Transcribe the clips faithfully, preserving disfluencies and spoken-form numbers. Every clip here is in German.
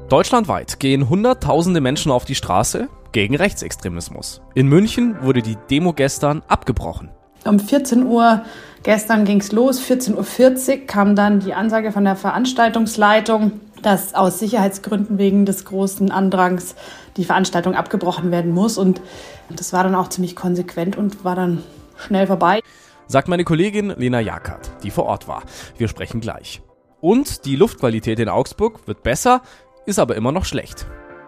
Deutschlandweit gehen Hunderttausende Menschen auf die Straße gegen Rechtsextremismus. In München wurde die Demo gestern abgebrochen. Um vierzehn Uhr gestern ging es los, vierzehn Uhr vierzig kam dann die Ansage von der Veranstaltungsleitung, dass aus Sicherheitsgründen wegen des großen Andrangs die Veranstaltung abgebrochen werden muss. Und das war dann auch ziemlich konsequent und war dann schnell vorbei. Sagt meine Kollegin Lena Jakert, die vor Ort war. Wir sprechen gleich. Und die Luftqualität in Augsburg wird besser, ist aber immer noch schlecht.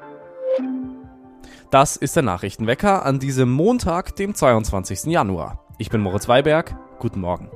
Das ist der Nachrichtenwecker an diesem Montag, dem zweiundzwanzigsten Januar. Ich bin Moritz Weiberg. Guten Morgen.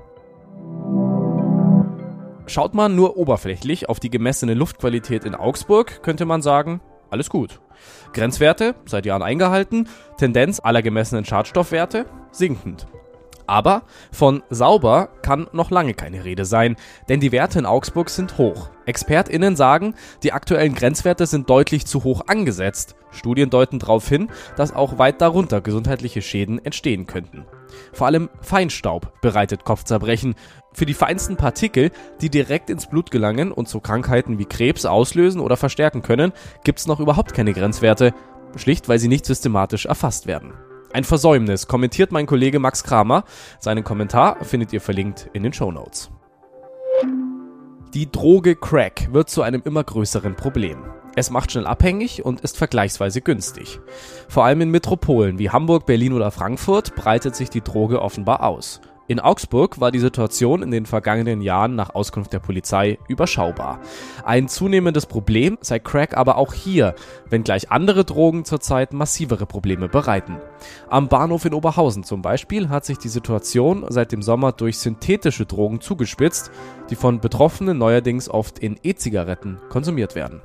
Schaut man nur oberflächlich auf die gemessene Luftqualität in Augsburg, könnte man sagen, alles gut. Grenzwerte seit Jahren eingehalten, Tendenz aller gemessenen Schadstoffwerte sinkend. Aber von sauber kann noch lange keine Rede sein, denn die Werte in Augsburg sind hoch. ExpertInnen sagen, die aktuellen Grenzwerte sind deutlich zu hoch angesetzt. Studien deuten darauf hin, dass auch weit darunter gesundheitliche Schäden entstehen könnten. Vor allem Feinstaub bereitet Kopfzerbrechen. Für die feinsten Partikel, die direkt ins Blut gelangen und so Krankheiten wie Krebs auslösen oder verstärken können, gibt es noch überhaupt keine Grenzwerte, schlicht weil sie nicht systematisch erfasst werden. Ein Versäumnis, kommentiert mein Kollege Max Kramer. Seinen Kommentar findet ihr verlinkt in den Shownotes. Die Droge Crack wird zu einem immer größeren Problem. Es macht schnell abhängig und ist vergleichsweise günstig. Vor allem in Metropolen wie Hamburg, Berlin oder Frankfurt breitet sich die Droge offenbar aus. In Augsburg war die Situation in den vergangenen Jahren nach Auskunft der Polizei überschaubar. Ein zunehmendes Problem sei Crack aber auch hier, wenngleich andere Drogen zurzeit massivere Probleme bereiten. Am Bahnhof in Oberhausen zum Beispiel hat sich die Situation seit dem Sommer durch synthetische Drogen zugespitzt, die von Betroffenen neuerdings oft in E-Zigaretten konsumiert werden.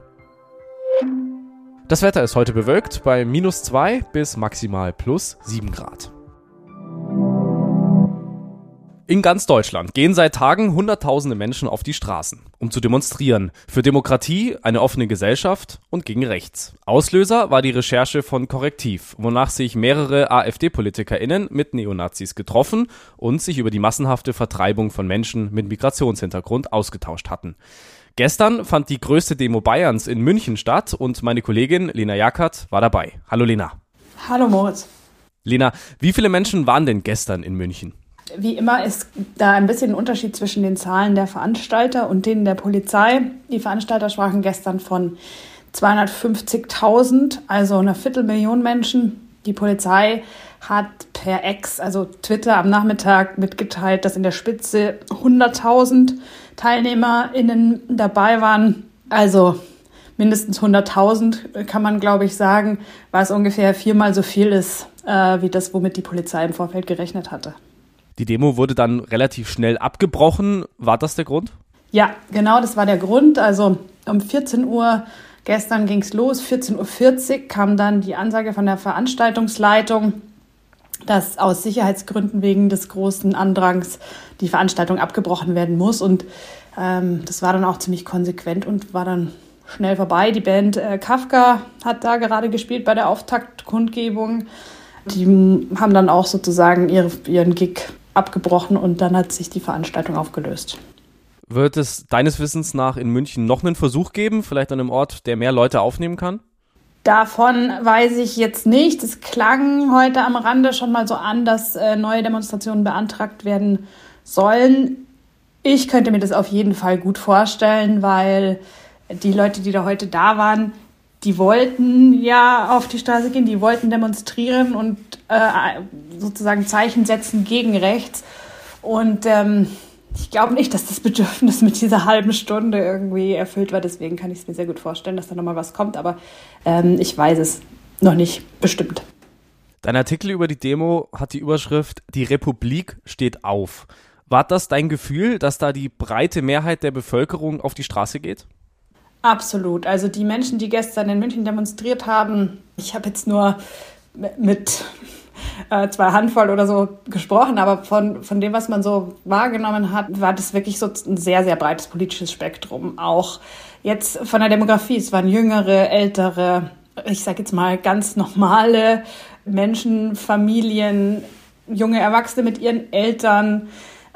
Das Wetter ist heute bewölkt bei minus zwei bis maximal plus sieben Grad. In ganz Deutschland gehen seit Tagen Hunderttausende Menschen auf die Straßen, um zu demonstrieren. Für Demokratie, eine offene Gesellschaft und gegen rechts. Auslöser war die Recherche von Korrektiv, wonach sich mehrere AfD-PolitikerInnen mit Neonazis getroffen und sich über die massenhafte Vertreibung von Menschen mit Migrationshintergrund ausgetauscht hatten. Gestern fand die größte Demo Bayerns in München statt und meine Kollegin Lena Jakert war dabei. Hallo Lena. Hallo Moritz. Lena, wie viele Menschen waren denn gestern in München? Wie immer ist da ein bisschen ein Unterschied zwischen den Zahlen der Veranstalter und denen der Polizei. Die Veranstalter sprachen gestern von zweihundertfünfzigtausend, also einer Viertelmillion Menschen. Die Polizei hat per X, also Twitter, am Nachmittag mitgeteilt, dass in der Spitze hunderttausend TeilnehmerInnen dabei waren. Also mindestens hunderttausend kann man, glaube ich, sagen, was ungefähr viermal so viel ist, äh, wie das, womit die Polizei im Vorfeld gerechnet hatte. Die Demo wurde dann relativ schnell abgebrochen. War das der Grund? Ja, genau, das war der Grund. Also um vierzehn Uhr gestern ging es los. vierzehn Uhr vierzig kam dann die Ansage von der Veranstaltungsleitung, dass aus Sicherheitsgründen wegen des großen Andrangs die Veranstaltung abgebrochen werden muss. Und ähm, das war dann auch ziemlich konsequent und war dann schnell vorbei. Die Band äh, Kafka hat da gerade gespielt bei der Auftaktkundgebung. Die haben dann auch sozusagen ihre, ihren Gig abgebrochen und dann hat sich die Veranstaltung aufgelöst. Wird es deines Wissens nach in München noch einen Versuch geben, vielleicht an einem Ort, der mehr Leute aufnehmen kann? Davon weiß ich jetzt nicht. Es klang heute am Rande schon mal so an, dass äh, neue Demonstrationen beantragt werden sollen. Ich könnte mir das auf jeden Fall gut vorstellen, weil die Leute, die da heute da waren, die wollten ja auf die Straße gehen, die wollten demonstrieren und äh, sozusagen Zeichen setzen gegen rechts. Und ähm, ich glaube nicht, dass das Bedürfnis mit dieser halben Stunde irgendwie erfüllt war. Deswegen kann ich es mir sehr gut vorstellen, dass da nochmal was kommt. Aber ähm, ich weiß es noch nicht bestimmt. Dein Artikel über die Demo hat die Überschrift „Die Republik steht auf". War das dein Gefühl, dass da die breite Mehrheit der Bevölkerung auf die Straße geht? Absolut. Also die Menschen, die gestern in München demonstriert haben, ich habe jetzt nur mit äh, zwei Handvoll oder so gesprochen, aber von, von dem, was man so wahrgenommen hat, war das wirklich so ein sehr, sehr breites politisches Spektrum. Auch jetzt von der Demografie, es waren jüngere, ältere, ich sage jetzt mal ganz normale Menschen, Familien, junge Erwachsene mit ihren Eltern.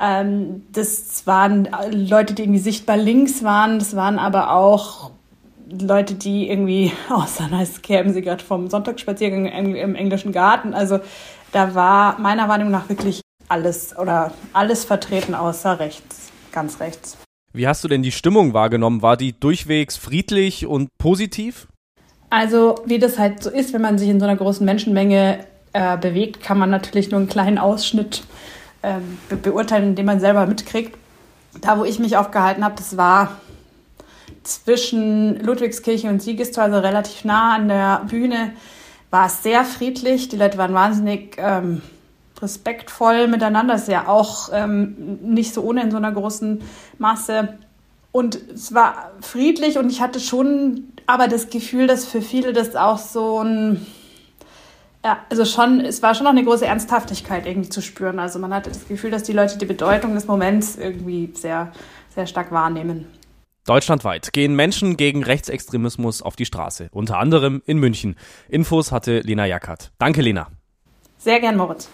Das waren Leute, die irgendwie sichtbar links waren. Das waren aber auch Leute, die irgendwie aussahen, als kämen sie gerade vom Sonntagsspaziergang im englischen Garten. Also da war meiner Wahrnehmung nach wirklich alles oder alles vertreten außer rechts, ganz rechts. Wie hast du denn die Stimmung wahrgenommen? War die durchwegs friedlich und positiv? Also wie das halt so ist, wenn man sich in so einer großen Menschenmenge äh, bewegt, kann man natürlich nur einen kleinen Ausschnitt äh, be- beurteilen, den man selber mitkriegt. Da, wo ich mich aufgehalten habe, das war zwischen Ludwigskirche und Siegestor, also relativ nah an der Bühne, war es sehr friedlich. Die Leute waren wahnsinnig ähm, respektvoll miteinander. Das ist ja auch ähm, nicht so ohne in so einer großen Masse. Und es war friedlich und ich hatte schon aber das Gefühl, dass für viele das auch so ein, ja, also schon, es war schon noch eine große Ernsthaftigkeit irgendwie zu spüren. Also man hatte das Gefühl, dass die Leute die Bedeutung des Moments irgendwie sehr, sehr stark wahrnehmen. Deutschlandweit gehen Menschen gegen Rechtsextremismus auf die Straße, unter anderem in München. Infos hatte Lena Jackert. Danke, Lena. Sehr gern, Moritz.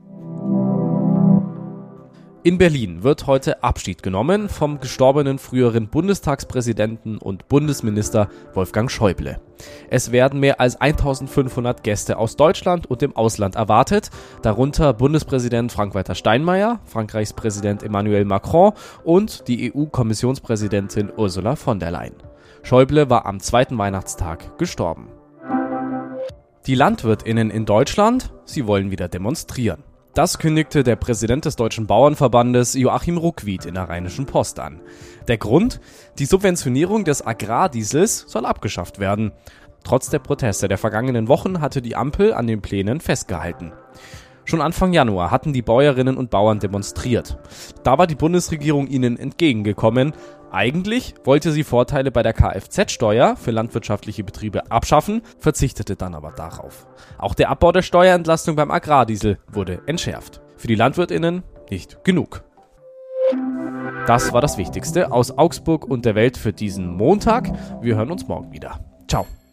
In Berlin wird heute Abschied genommen vom gestorbenen früheren Bundestagspräsidenten und Bundesminister Wolfgang Schäuble. Es werden mehr als eintausendfünfhundert Gäste aus Deutschland und dem Ausland erwartet, darunter Bundespräsident Frank-Walter Steinmeier, Frankreichs Präsident Emmanuel Macron und die E U-Kommissionspräsidentin Ursula von der Leyen. Schäuble war am zweiten Weihnachtstag gestorben. Die LandwirtInnen in Deutschland, sie wollen wieder demonstrieren. Das kündigte der Präsident des Deutschen Bauernverbandes Joachim Ruckwied in der Rheinischen Post an. Der Grund? Die Subventionierung des Agrardiesels soll abgeschafft werden. Trotz der Proteste der vergangenen Wochen hatte die Ampel an den Plänen festgehalten. Schon Anfang Januar hatten die Bäuerinnen und Bauern demonstriert. Da war die Bundesregierung ihnen entgegengekommen. Eigentlich wollte sie Vorteile bei der Kfz-Steuer für landwirtschaftliche Betriebe abschaffen, verzichtete dann aber darauf. Auch der Abbau der Steuerentlastung beim Agrardiesel wurde entschärft. Für die LandwirtInnen nicht genug. Das war das Wichtigste aus Augsburg und der Welt für diesen Montag. Wir hören uns morgen wieder. Ciao.